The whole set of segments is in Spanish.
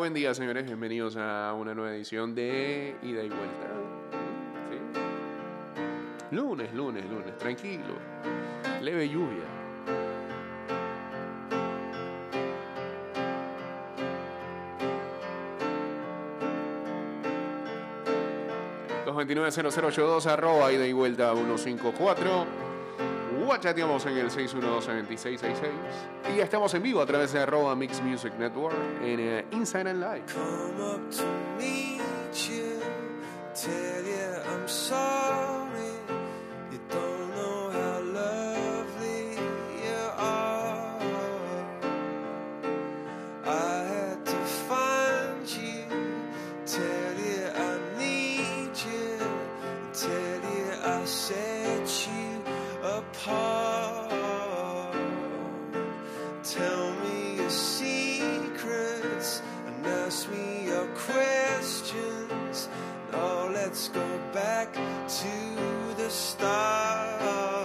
Buen día, señores. Bienvenidos a una nueva edición de Ida y Vuelta. ¿Sí? Lunes. Tranquilo. Leve lluvia. @ida y vuelta 154. Chateamos en el 612-2666 y estamos en vivo a través de @Mix Music Network en Inside and Live. Come up to meet you, tell you I'm sorry. You don't know how lovely you are. I had to find you, tell you I need you, tell you I set you apart. Tell me your secrets and ask me your questions. Now let's go back to the start.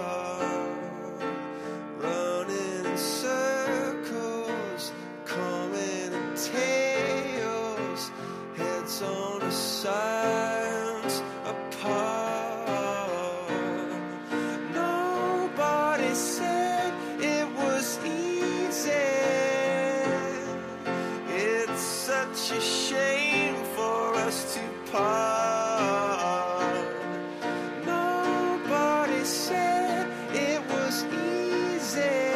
Running in circles, coming in tails, heads on the sides apart. Nobody said it was easy. It's such a shame for us to part. Nobody said it was easy.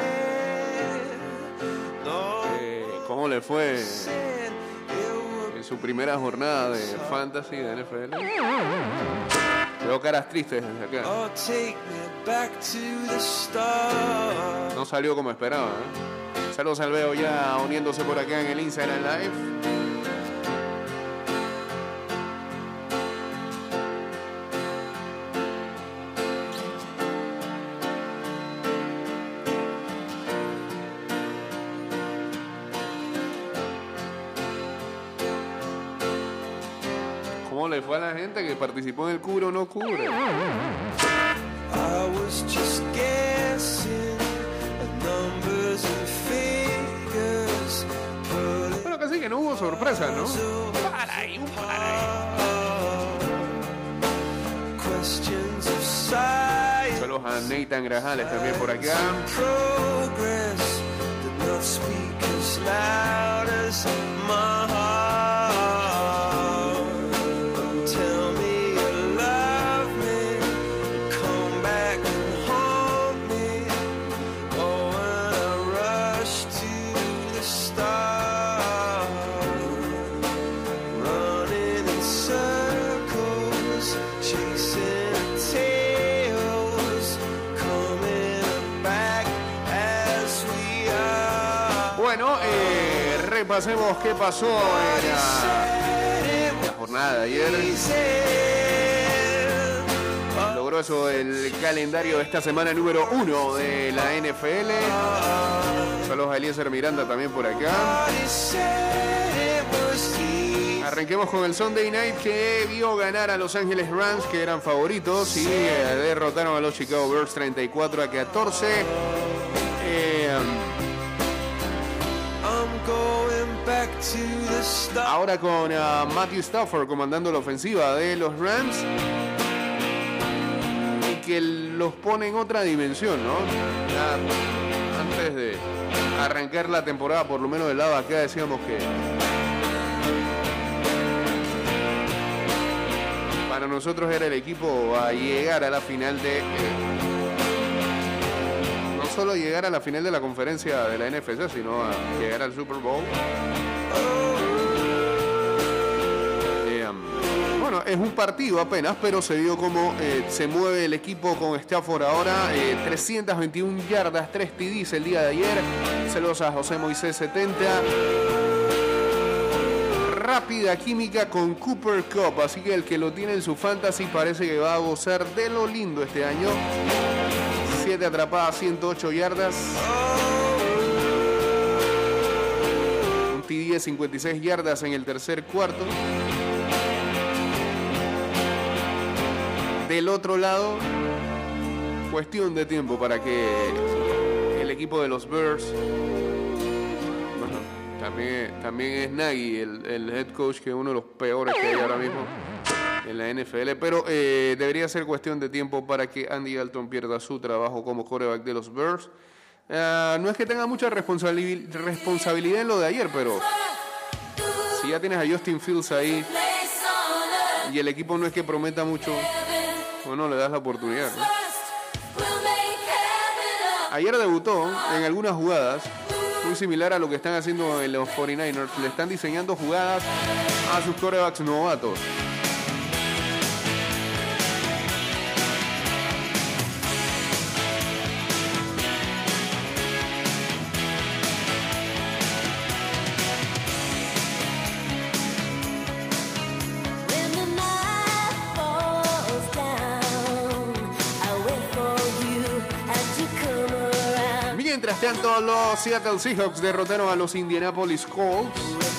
¿Cómo le fue Said it en su primera jornada de Fantasy de NFL? Veo caras tristes desde acá. Oh, take me back to the start. No salió como esperaba, ¿eh? Saludos al Veo ya uniéndose por acá en el Instagram Live. ¿Cómo le fue a la gente que participó en el Cubre o no Cubre? I was just guessing at numbers and figures. Bueno, casi que no hubo sorpresas, ¿no? Para ahí. Questions of size. Saludos a Nathan Grajales también por acá. Progress did not speak as loud as my heart. Tell me you love me, come back and haunt me. Oh, when I rush to the start, running in circles, chasing tails, coming back as we are. Bueno, repasemos qué pasó en la jornada de ayer. Logró eso el calendario de esta semana número 1 de la NFL. Saludos a Eliezer Miranda también por acá. Arranquemos con el Sunday Night que vio ganar a Los Ángeles Rams, que eran favoritos, y derrotaron a los Chicago Bears 34-14. Ahora con Matthew Stafford comandando la ofensiva de los Rams, y que los pone en otra dimensión, ¿no? Ya antes de arrancar la temporada, por lo menos del lado de acá, decíamos que para nosotros era el equipo a llegar a la final de... no solo llegar a la final de la conferencia de la NFC, sino a llegar al Super Bowl. Bueno, es un partido apenas, pero se vio cómo se mueve el equipo con Stafford ahora. 321 yardas, 3 TDs el día de ayer. Saludos a José Moisés 70. Rápida química con Cooper Kupp, así que el que lo tiene en su fantasy parece que va a gozar de lo lindo este año. 7 atrapadas, 108 yardas. Un TD de 56 yardas en el tercer cuarto. Del otro lado, cuestión de tiempo para que el equipo de los Bears, bueno, También es Nagy, el head coach, que es uno de los peores que hay ahora mismo en la NFL. Pero debería ser cuestión de tiempo para que Andy Dalton pierda su trabajo como quarterback de los Bears. No es que tenga mucha responsabilidad en lo de ayer, pero si ya tienes a Justin Fields ahí y el equipo no es que prometa mucho, bueno, le das la oportunidad, ¿no? Ayer debutó en algunas jugadas, muy similar a lo que están haciendo en los 49ers. Le están diseñando jugadas a sus quarterbacks novatos. Mientras tanto, los Seattle Seahawks derrotaron a los Indianapolis Colts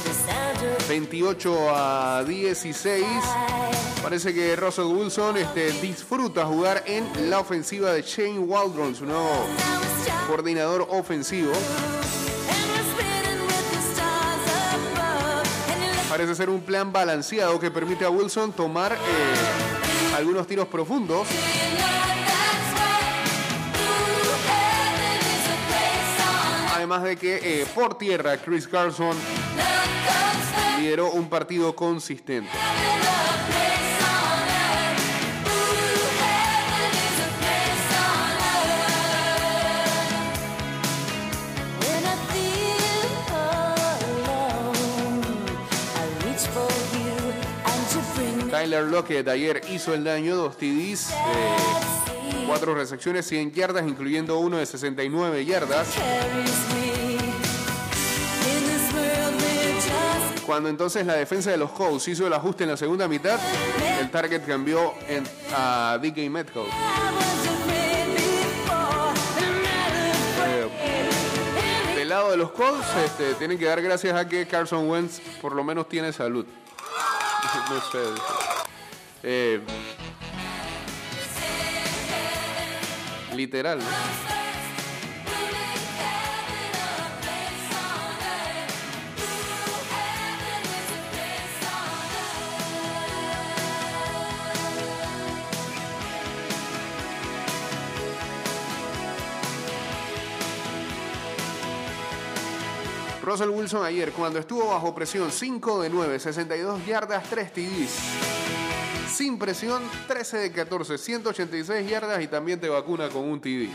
28-16. Parece que Russell Wilson disfruta jugar en la ofensiva de Shane Waldron, su nuevo coordinador ofensivo. Parece ser un plan balanceado que permite a Wilson tomar algunos tiros profundos. Además de que por tierra Chris Carson lideró un partido consistente. Tyler Lockett ayer hizo el daño, 2 TDs, 4 recepciones, 100 yardas, incluyendo uno de 69 yardas. Cuando entonces la defensa de los Colts hizo el ajuste en la segunda mitad, el target cambió a DK Metcalf. Del lado de los Colts, tienen que dar gracias a que Carson Wentz por lo menos tiene salud. No sé. Literal, ¿no? Russell Wilson ayer, cuando estuvo bajo presión, 5 de 9, 62 yardas, 3 TDs. Sin presión, 13 de 14, 186 yardas y también te vacuna con un TD.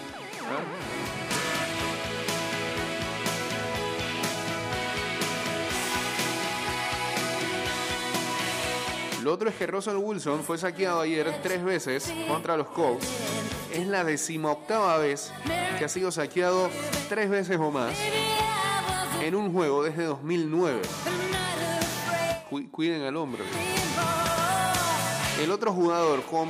Lo otro es que Russell Wilson fue saqueado ayer 3 veces contra los Colts. Es la 18ª vez que ha sido saqueado 3 veces o más en un juego desde 2009. Cuiden al hombre. El otro jugador con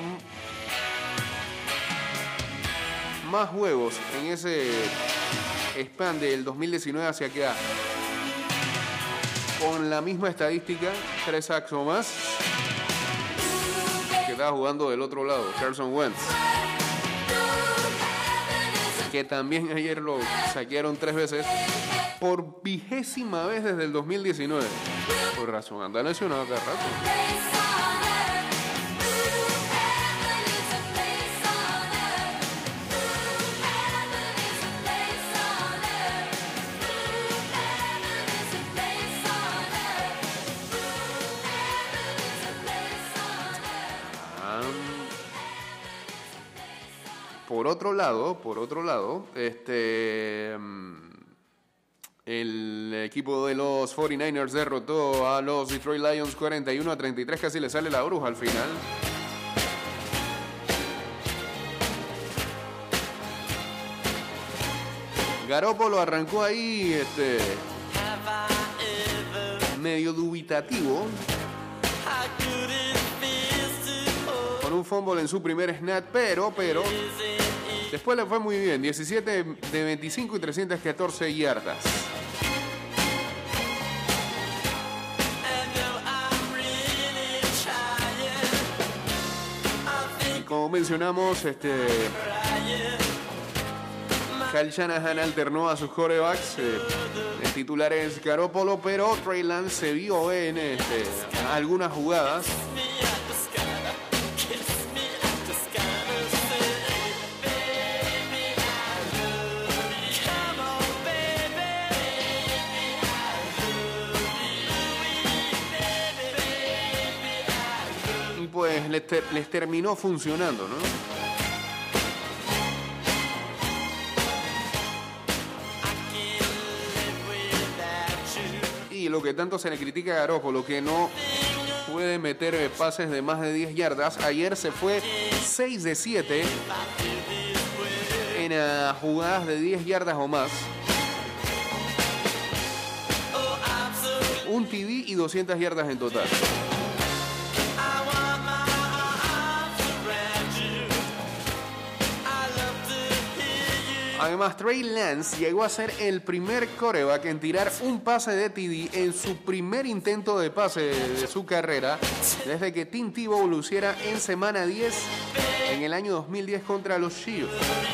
más juegos en ese span del 2019 hacia acá, con la misma estadística, 3 sacks o más, que estaba jugando del otro lado, Carson Wentz, que también ayer lo saquearon 3 veces, por 20ª vez desde el 2019. Por razón, anda lesionado cada rato. Por otro lado, el equipo de los 49ers derrotó a los Detroit Lions 41-33, casi le sale la bruja al final. Garoppolo arrancó ahí medio dubitativo, con un fumble en su primer snap, pero después le fue muy bien, 17 de 25 y 314 yardas. Y como mencionamos, Kyle Shanahan alternó a sus quarterbacks. titular es Garoppolo, pero Trey Lance se vio en algunas jugadas. Y pues les terminó funcionando, ¿no? Y lo que tanto se le critica a Garoppolo, que no puede meter pases de más de 10 yardas. Ayer se fue 6 de 7 en jugadas de 10 yardas o más. Un TD y 200 yardas en total. Además, Trey Lance llegó a ser el primer quarterback en tirar un pase de TD en su primer intento de pase de su carrera desde que Tim Tebow lo hiciera en semana 10 en el año 2010 contra los Chiefs.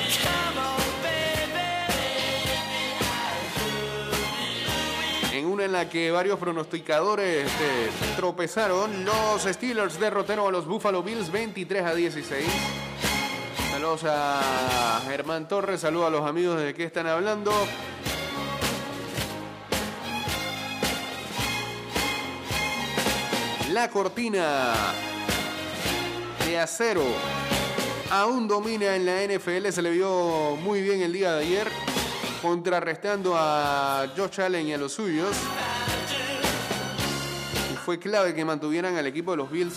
En una en la que varios pronosticadores tropezaron, los Steelers derrotaron a los Buffalo Bills 23-16. Saludos a Germán Torres, saludos a los amigos de qué están hablando. La cortina de acero aún domina en la NFL, se le vio muy bien el día de ayer, contrarrestando a Josh Allen y a los suyos. Y fue clave que mantuvieran al equipo de los Bills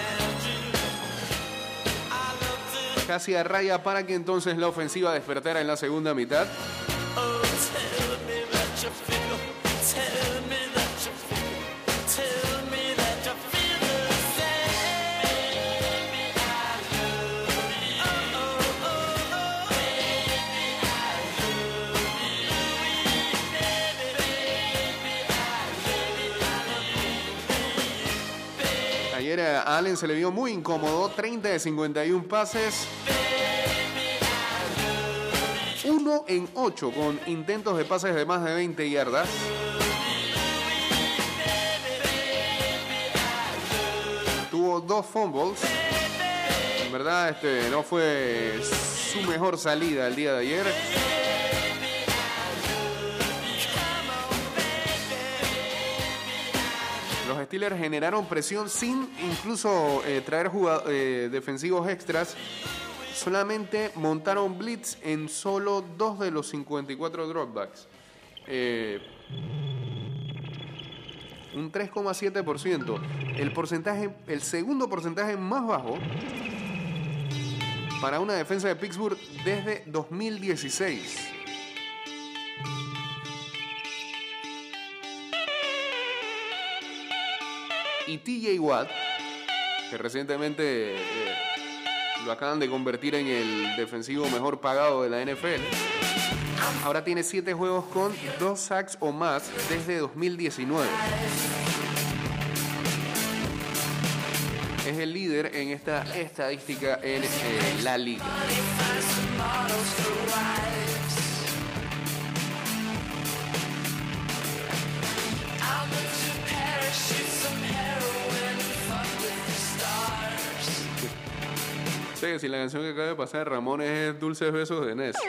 casi a raya para que entonces la ofensiva despertara en la segunda mitad. Ayer a Allen se le vio muy incómodo, 30 de 51 pases, 1 en 8 con intentos de pases de más de 20 yardas. Tuvo 2 fumbles. En verdad, no fue su mejor salida el día de ayer. Los Steelers generaron presión sin incluso traer defensivos extras. Solamente montaron blitz en solo 2 de los 54 dropbacks. Un 3,7%. El segundo porcentaje más bajo para una defensa de Pittsburgh desde 2016. Y TJ Watt, que recientemente lo acaban de convertir en el defensivo mejor pagado de la NFL, ahora tiene 7 juegos con 2 sacks o más desde 2019. Es el líder en esta estadística en la liga. Sé que si la canción que acaba de pasar de Ramón es Dulces Besos de Ness.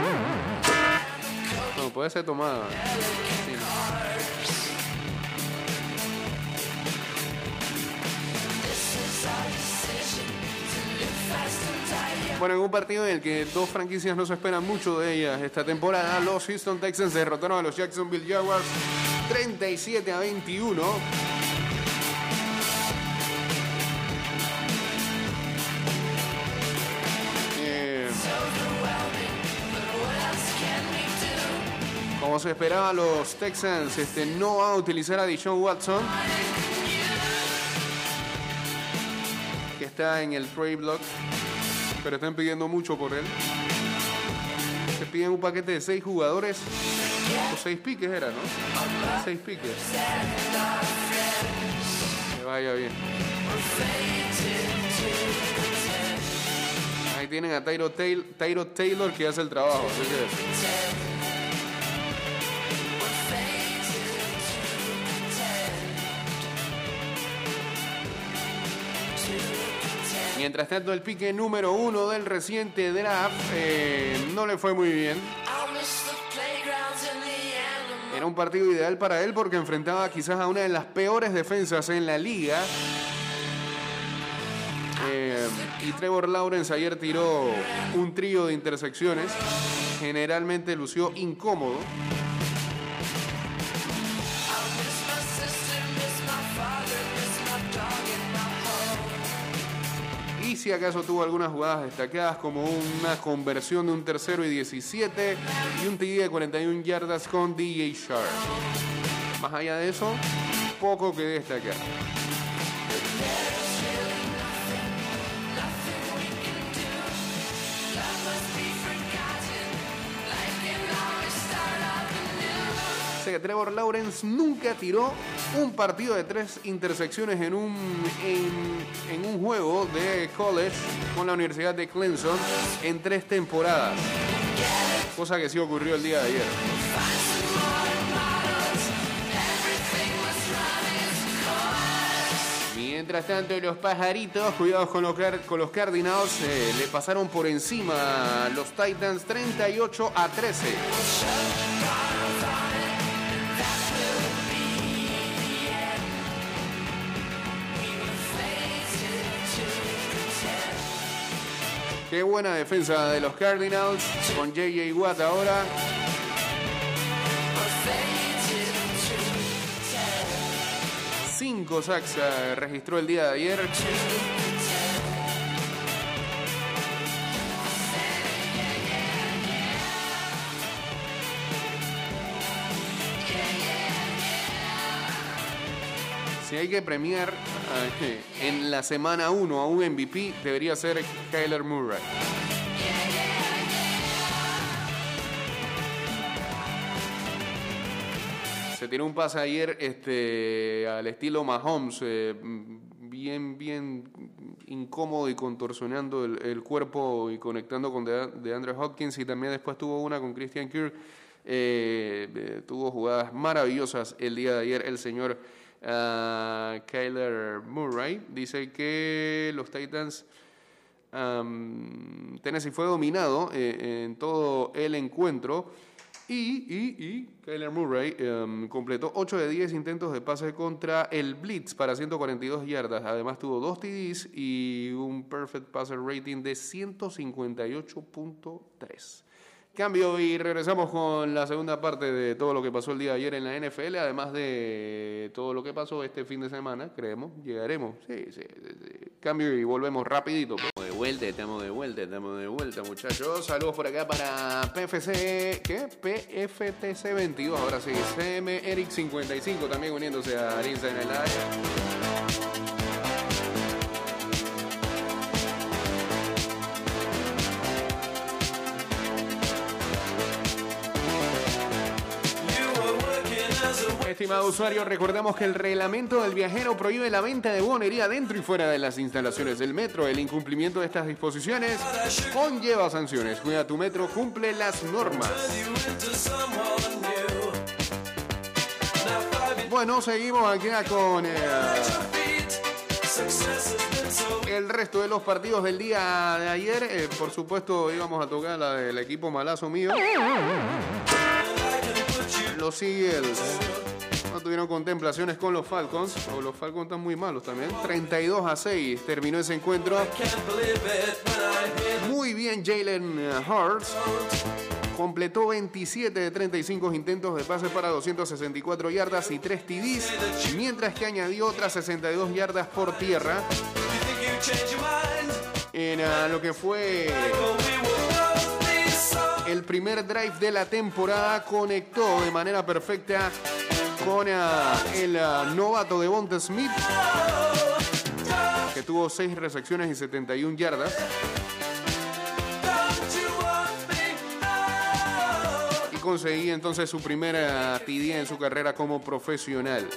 No, puede ser tomada. Sí, no. Bueno, en un partido en el que 2 franquicias no se esperan mucho de ellas esta temporada, los Houston Texans derrotaron a los Jacksonville Jaguars 37-21. Como se esperaba, los Texans no van a utilizar a Deshaun Watson, que está en el trade block, pero están pidiendo mucho por él. Se piden un paquete de 6 jugadores, o 6 piques era, ¿no? 6 piques. Que vaya bien. Ahí tienen a Tyrod Taylor que hace el trabajo, así que... Mientras tanto, el pique número 1 del reciente draft no le fue muy bien. Era un partido ideal para él porque enfrentaba quizás a una de las peores defensas en la liga. Y Trevor Lawrence ayer tiró un trío de intersecciones. Generalmente lució incómodo. Y si acaso tuvo algunas jugadas destacadas como una conversión de un 3rd y 17 y un TD de 41 yardas con DJ Sharp. Más allá de eso, poco que destacar. O sea que Trevor Lawrence nunca tiró un partido de 3 intersecciones en un juego de college con la Universidad de Clemson en 3 temporadas. Cosa que sí ocurrió el día de ayer. Mientras tanto, los pajaritos, cuidados con los Cardinals, le pasaron por encima a los Titans 38-13. Qué buena defensa de los Cardinals con J.J. Watt ahora. Cinco sacks registró el día de ayer. Si hay que premiar en la semana 1 a un MVP, debería ser Kyler Murray. Se tiró un pase ayer al estilo Mahomes, bien incómodo y contorsionando el cuerpo y conectando con DeAndre Hopkins, y también después tuvo una con Christian Kirk. Tuvo jugadas maravillosas el día de ayer el señor Kyler Murray. Dice que los Titans, Tennessee fue dominado en todo el encuentro y Kyler Murray completó 8 de 10 intentos de pase contra el Blitz para 142 yardas. Además tuvo 2 TDs y un perfect passer rating de 158.3. Cambio y regresamos con la segunda parte de todo lo que pasó el día de ayer en la NFL, además de todo lo que pasó este fin de semana, creemos, llegaremos. Sí. Cambio y volvemos rapidito. Estamos de vuelta, muchachos. Saludos por acá para PFC, ¿qué? PFTC 22, ahora sí. CM Eric 55 también uniéndose a Arinza en el área. Estimado usuario, recordamos que el reglamento del viajero prohíbe la venta de bonería dentro y fuera de las instalaciones del metro. El incumplimiento de estas disposiciones conlleva sanciones. Cuida tu metro, cumple las normas. Bueno, seguimos aquí con el resto de los partidos del día de ayer. Por supuesto, íbamos a tocar la del equipo malazo mío. Los Eagles no tuvieron contemplaciones con los Falcons, o los Falcons están muy malos también. 32-6 terminó ese encuentro. Muy bien Jalen Hurts. Completó 27 de 35 intentos de pase para 264 yardas y 3 TDs, mientras que añadió otras 62 yardas por tierra. En lo que fue el primer drive de la temporada, conectó de manera perfecta con el novato Devonta Smith, que tuvo 6 recepciones y 71 yardas. Y conseguía entonces su primera TD en su carrera como profesional.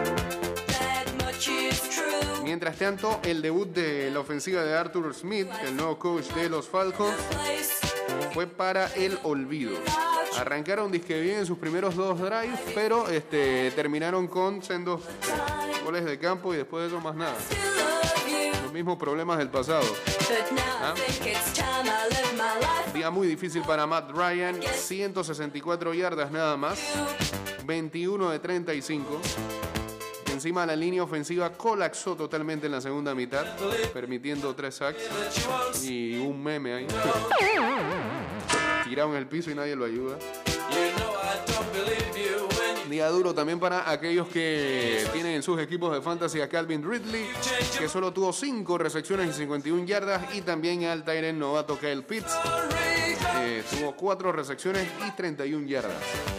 Mientras tanto, el debut de la ofensiva de Arthur Smith, el nuevo coach de los Falcons, fue para el olvido. Arrancaron disque bien en sus primeros 2 drives, pero terminaron con sendos goles de campo y después de eso más nada. Los mismos problemas del pasado. ¿Ah? Día muy difícil para Matt Ryan, 164 yardas nada más, 21 de 35. Encima la línea ofensiva colapsó totalmente en la segunda mitad, permitiendo 3 sacks y un meme ahí. Tirado en el piso y nadie lo ayuda. Día duro también para aquellos que tienen en sus equipos de fantasy a Calvin Ridley, que solo tuvo 5 recepciones y 51 yardas, y también al tight end novato Kyle Pitts, tuvo 4 recepciones y 31 yardas.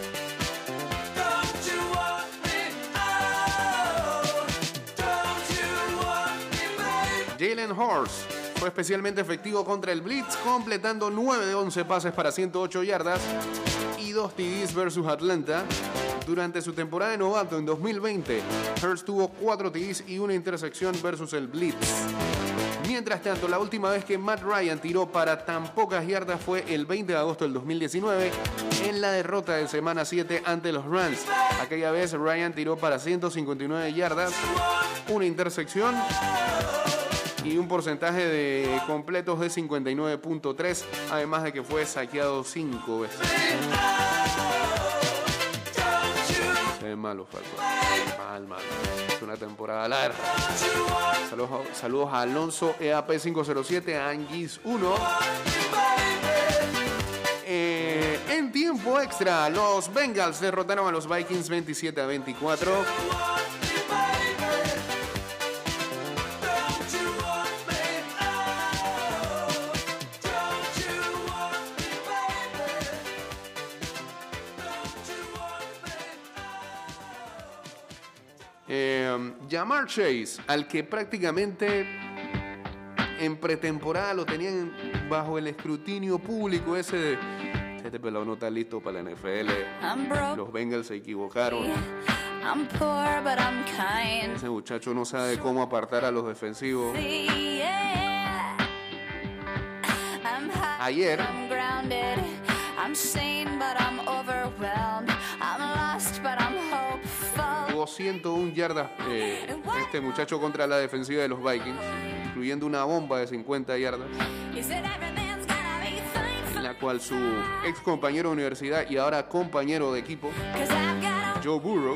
Jalen Hurts fue especialmente efectivo contra el blitz, completando 9 de 11 pases para 108 yardas y 2 TDs versus Atlanta. Durante su temporada de novato en 2020, Hurts tuvo 4 TDs y una intercepción versus el blitz. Mientras tanto, la última vez que Matt Ryan tiró para tan pocas yardas fue el 20 de agosto del 2019 en la derrota de semana 7 ante los Rams. Aquella vez Ryan tiró para 159 yardas, una intercepción y un porcentaje de completos de 59.3, además de que fue saqueado 5 veces. Se ve malo, Falcon. Mal. Es una temporada larga. Saludos a Alonso EAP507, a Anguis 1. En tiempo extra, los Bengals derrotaron a los Vikings 27-24. Ja'Marr Chase, al que prácticamente en pretemporada lo tenían bajo el escrutinio público ese de este pelado no está listo para la NFL, los Bengals se equivocaron, ese muchacho no sabe cómo apartar a los defensivos. Ayer tuvo 101 yardas este muchacho contra la defensiva de los Vikings, incluyendo una bomba de 50 yardas, en la cual su ex compañero de universidad y ahora compañero de equipo, Joe Burrow,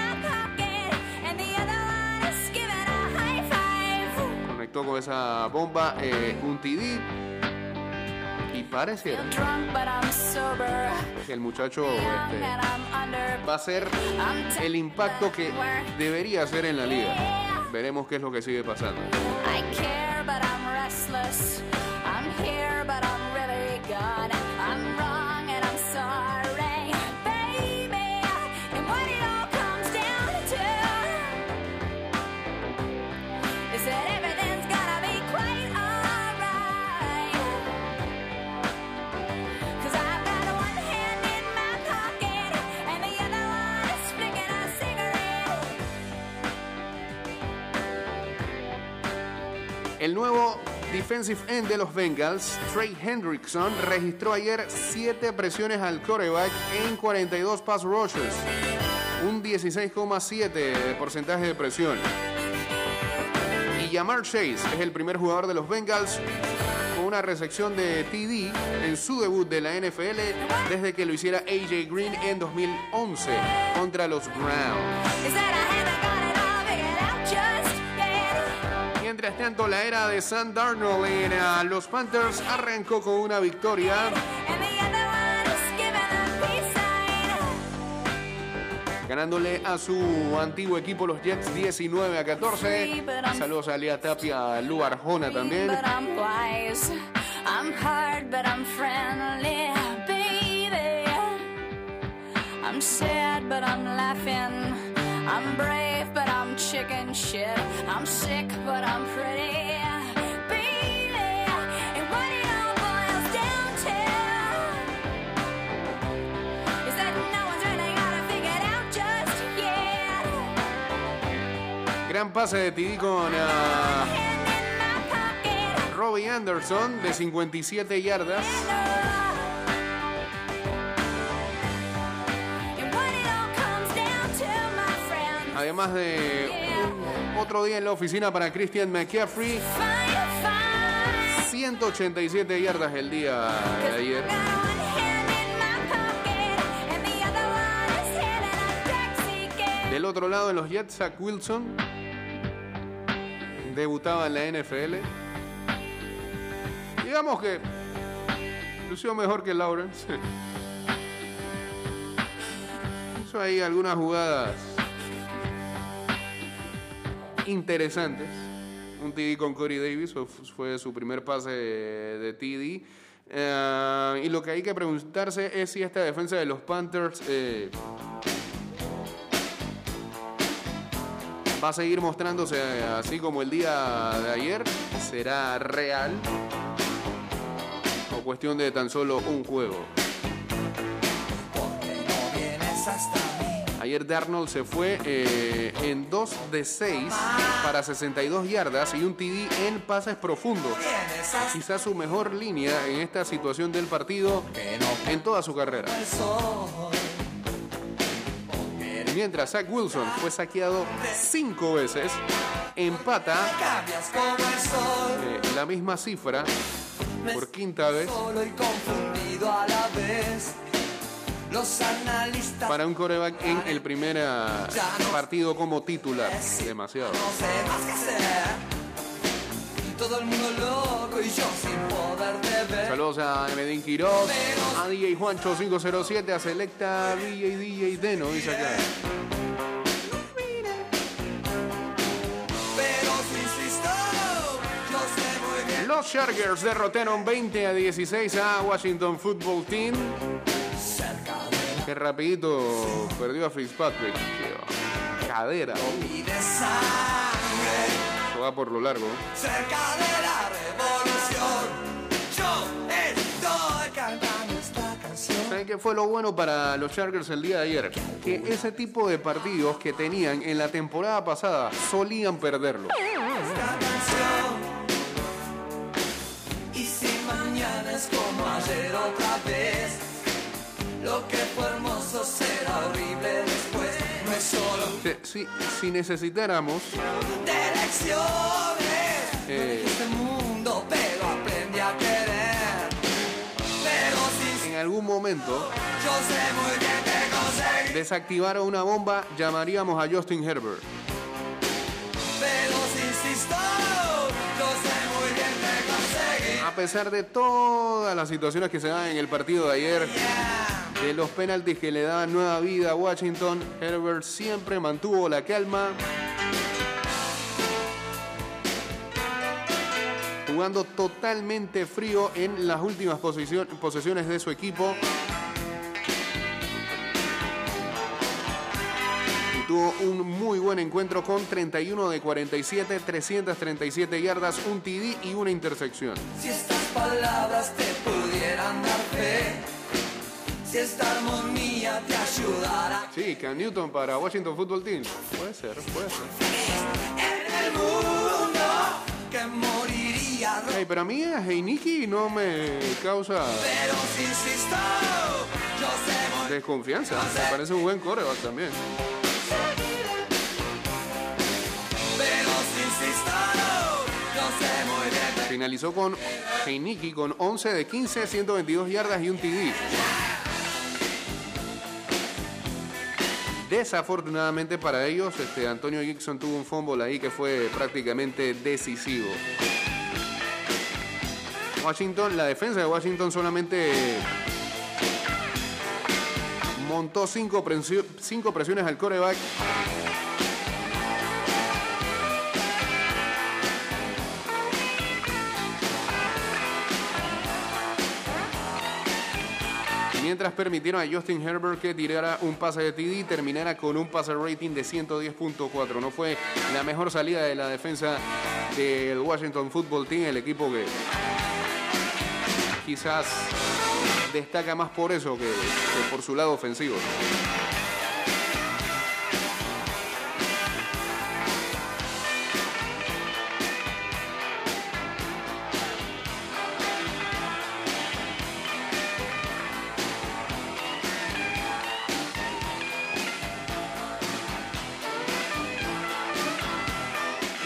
conectó con esa bomba un TD. Y pareciera que el muchacho va a ser el impacto que debería hacer en la liga. Veremos qué es lo que sigue pasando. El nuevo defensive end de los Bengals, Trey Hendrickson, registró ayer 7 presiones al quarterback en 42 pass rushes, un 16,7% de porcentaje de presión. Y Ja'Marr Chase es el primer jugador de los Bengals con una recepción de TD en su debut de la NFL desde que lo hiciera AJ Green en 2011 contra los Browns. Mientras tanto, la era de Sam Darnold en los Panthers arrancó con una victoria. Ganándole a su antiguo equipo, los Jets, 19-14. Saludos a Lía Tapia, a Lu Arjona también. I'm sad, but I'm laughing. I'm brave, but I'm chicken shit. I'm sick, but I'm pretty. Baby, and what it all boils down to is that no one's really got it figured out just yet. Gran pase de TD con Robbie Anderson de 57 yardas. Además de un Otro día en la oficina para Christian McCaffrey. 187 yardas el día de ayer. Del otro lado, en los Jets, Zach Wilson debutaba en la NFL. Digamos que lució mejor que Lawrence. Hizo ahí algunas jugadas interesantes. Un TD con Corey Davis fue su primer pase de TD. Y lo que hay que preguntarse es si esta defensa de los Panthers va a seguir mostrándose así como el día de ayer. ¿Será real o cuestión de tan solo un juego? Ayer Darnold se fue en 2 de 6 para 62 yardas y un TD en pases profundos. Quizás su mejor línea en esta situación del partido en toda su carrera. Mientras Zach Wilson fue saqueado 5 veces, empata la misma cifra por quinta vez para un quarterback en el primer partido como titular. Demasiado. Saludos a Medín Quiroz, a DJ Juancho 507, a Selecta DJ Deno, dice acá. Los Chargers derrotaron 20-16 a Washington Football Team. Que rapidito perdió a Fitzpatrick. Cadera. Eso va por lo largo. Cerca de la revolución, yo estoy cantando esta canción. ¿Saben qué fue lo bueno para los Chargers el día de ayer? Que ese tipo de partidos que tenían en la temporada pasada solían perderlo. Esta canción. Y si mañana es como ayer otra vez, lo que fue hermoso será horrible después. No es solo Si necesitáramos de lecciones de este mundo, pero aprendí a querer. Pero en algún momento yo sé muy bien que conseguí. desactivar una bomba, llamaríamos a Justin Herbert. Pero si insisto, yo sé muy bien que conseguí. A pesar de todas las situaciones que se dan en el partido de ayer, de los penaltis que le daban nueva vida a Washington, Herbert siempre mantuvo la calma, jugando totalmente frío en las últimas posesiones de su equipo. Y tuvo un muy buen encuentro con 31 de 47, 337 yardas, un TD y una intersección. Si estas palabras te pudieran dar fe, si esta armonía te ayudara. Sí, Cam Newton para Washington Football Team. Puede ser. En el mundo que moriría. Hey, pero a mí a Heineke no me causa Pero si insisto, yo sé muy desconfianza. Me parece un buen quarterback también. Pero si insisto, yo sé muy bien. Finalizó con Heineke con 11 de 15, 122 yardas y un TD. Desafortunadamente para ellos, Antonio Gibson tuvo un fumble ahí que fue prácticamente decisivo. La defensa de Washington solamente montó 5 presiones al quarterback. Mientras permitieron a Justin Herbert que tirara un pase de TD y terminara con un passer rating de 110.4. No fue la mejor salida de la defensa del Washington Football Team, el equipo que quizás destaca más por eso que por su lado ofensivo.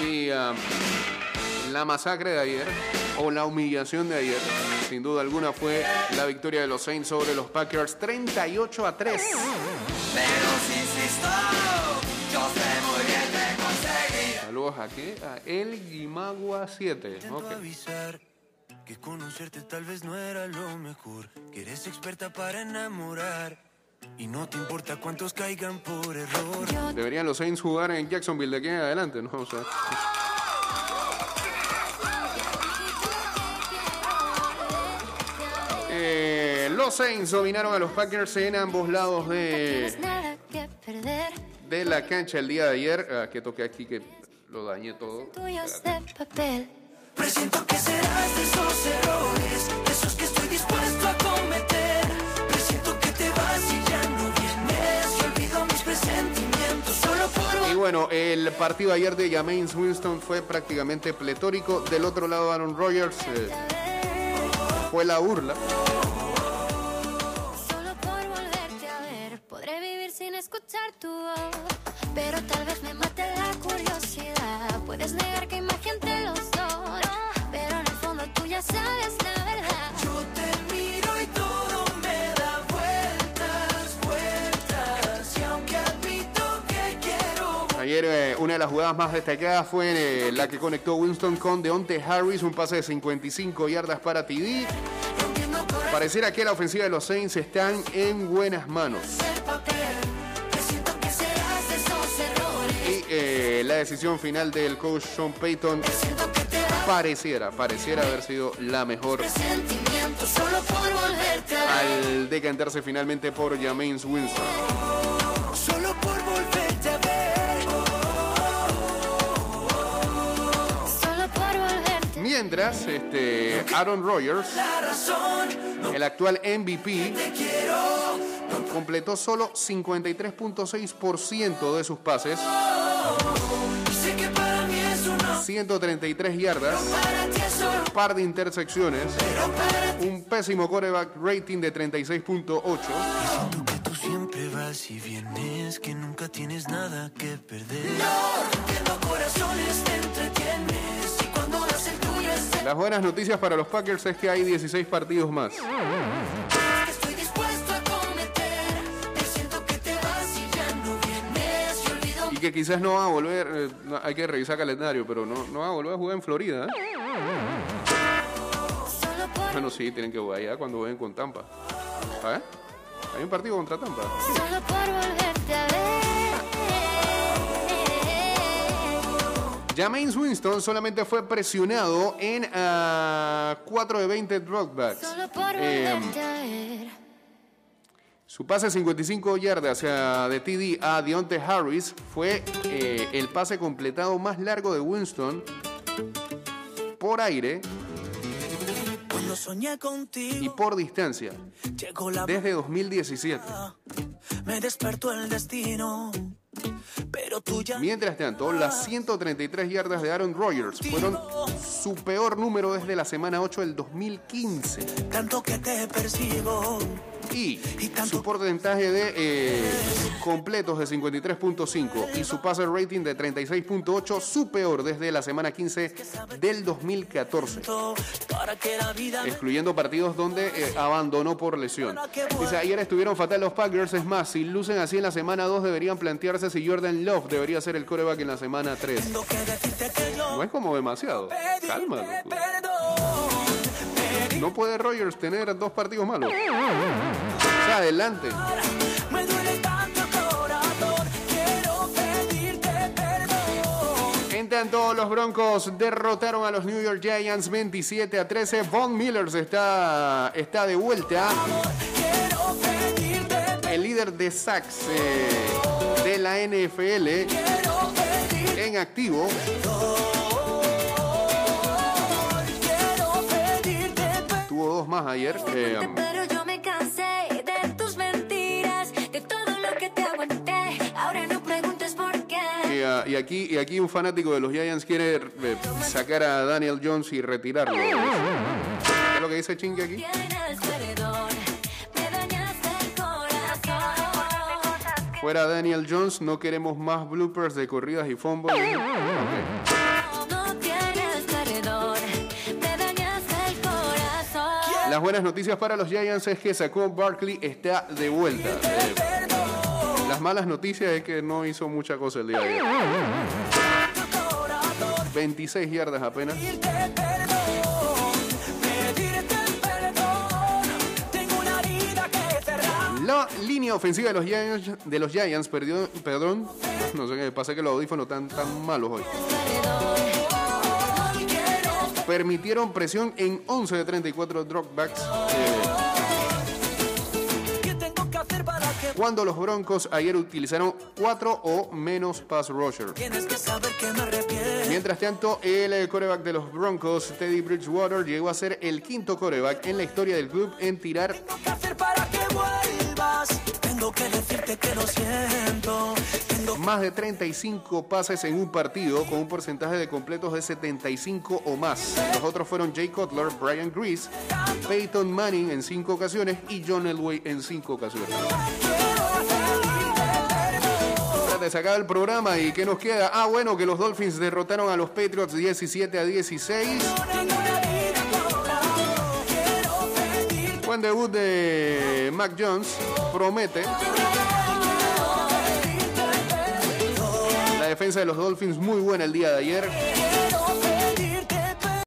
Y la masacre de ayer, o la humillación de ayer, sin duda alguna fue la victoria de los Saints sobre los Packers 38-3. Pero si insisto, yo sé muy bien que conseguir. Saludos aquí a El Guimagua 7. Intento avisar que conocerte tal vez no era lo mejor, que eres experta para enamorar y no te importa cuántos caigan por error. Deberían los Saints jugar en Jacksonville de aquí en adelante, ¿no? O sea, los Saints dominaron a los Packers en ambos lados de la cancha el día de ayer. Que toqué aquí que lo dañé todo. Presiento que serás de esos errores, de esos que estoy dispuesto a cometer. Presiento que te vas y ya no vienes, y olvido mis presentimientos solo por... Y bueno, el partido ayer de Jameis Winston fue prácticamente pletórico. Del otro lado, Aaron Rodgers fue la burla. Solo por volverte a ver, podré vivir sin escuchar tu voz, pero tal vez me mate la curiosidad. Puedes negar que imagen entre los dos, pero en el fondo tú ya sabes la verdad. Yo te miro y todo me da vueltas, y aunque admito que quiero... Ayer una de las jugadas más destacadas fue la que conectó Winston con Deontay Harris, un pase de 55 yardas para TD. Pareciera que la ofensiva de los Saints están en buenas manos. Y la decisión final del coach Sean Payton pareciera haber sido la mejor al decantarse finalmente por Jameis Winston. Solo por volverte a ver. Solo por volverte. Mientras, Aaron Rodgers, La razón, no el actual MVP, te quiero. completó solo 53.6% de sus pases, Y sé que para mí es uno, 133 yardas, para ti es solo, par de intersecciones, pero para ti un pésimo quarterback rating de 36.8. Siento que tú siempre vas y vienes, que nunca tienes nada que perder. no, rompiendo corazones te entretienes. Y cuando das el tuyo es el Las buenas noticias para los Packers es que hay 16 partidos más. que estoy dispuesto a cometer. Presiento que te vas y ya no vienes, y olvido Y que quizás no va a volver, hay que revisar calendario, pero no va a volver a jugar en Florida. Solo por, Bueno, sí, tienen que jugar allá cuando jueguen con Tampa. ¿Sabes? Hay un partido contra Tampa. solo por volverte a ver. Jameis Winston solamente fue presionado en 4 de 20 dropbacks. Solo por volverte a ver. Su pase 55 yardas de TD a Deontay Harris fue el pase completado más largo de Winston por aire Cuando soñé y contigo, por distancia llegó la desde 2017. me despertó el destino, pero tú ya Mientras tanto, las 133 yardas de Aaron Rodgers fueron su peor número desde la semana 8 del 2015. tanto que te persigo. Y su porcentaje de completos de 53.5 y su passer rating de 36.8, su peor desde la semana 15 del 2014, Para que la vida me excluyendo partidos donde abandonó por lesión. Dice, ayer estuvieron fatal los Packers, es más, si lucen así en la semana 2 deberían plantearse si Jordan Love debería ser el quarterback en la semana 3. tengo que decirte que yo No es como demasiado. Cálmalo. perdón. No puede Rodgers tener 2 partidos malos. O sea, adelante. Me duele tanto el corazón, quiero pedirte perdón. En tanto, los Broncos derrotaron a los New York Giants 27-13. Von Miller está de vuelta. Quiero pedirte El líder de sacks de la NFL en activo. Tuvo 2 más ayer. Pero yo me cansé de tus mentiras, de todo lo que te aguanté. Ahora no preguntes por qué. Y aquí un fanático de los Giants quiere sacar a Daniel Jones y retirarlo. ¿Qué es lo que dice Chingue aquí? Tienes perdón, me dañaste el corazón. Fuera Daniel Jones, no queremos más bloopers de corridas y fumbles. Ok. Las buenas noticias para los Giants es que Saquon Barkley está de vuelta. Las malas noticias es que no hizo mucha cosa el día de ayer. 26 yardas apenas. La línea ofensiva de los Giants perdón, no sé qué pasa, que los audífonos están tan malos hoy. Permitieron presión en 11 de 34 dropbacks. Cuando los Broncos ayer utilizaron 4 o menos pass rusher. Mientras tanto, el quarterback de los Broncos, Teddy Bridgewater, llegó a ser el quinto quarterback en la historia del club en tirar más de 35 pases en un partido, con un porcentaje de completos de 75 o más. Los otros fueron Jay Cutler, Brian Grease, Peyton Manning en 5 ocasiones y John Elway en 5 ocasiones. Se acaba el programa y ¿qué nos queda? Bueno, que los Dolphins derrotaron a los Patriots 17-16. Buen debut de Mac Jones, promete. La defensa de los Dolphins muy buena el día de ayer.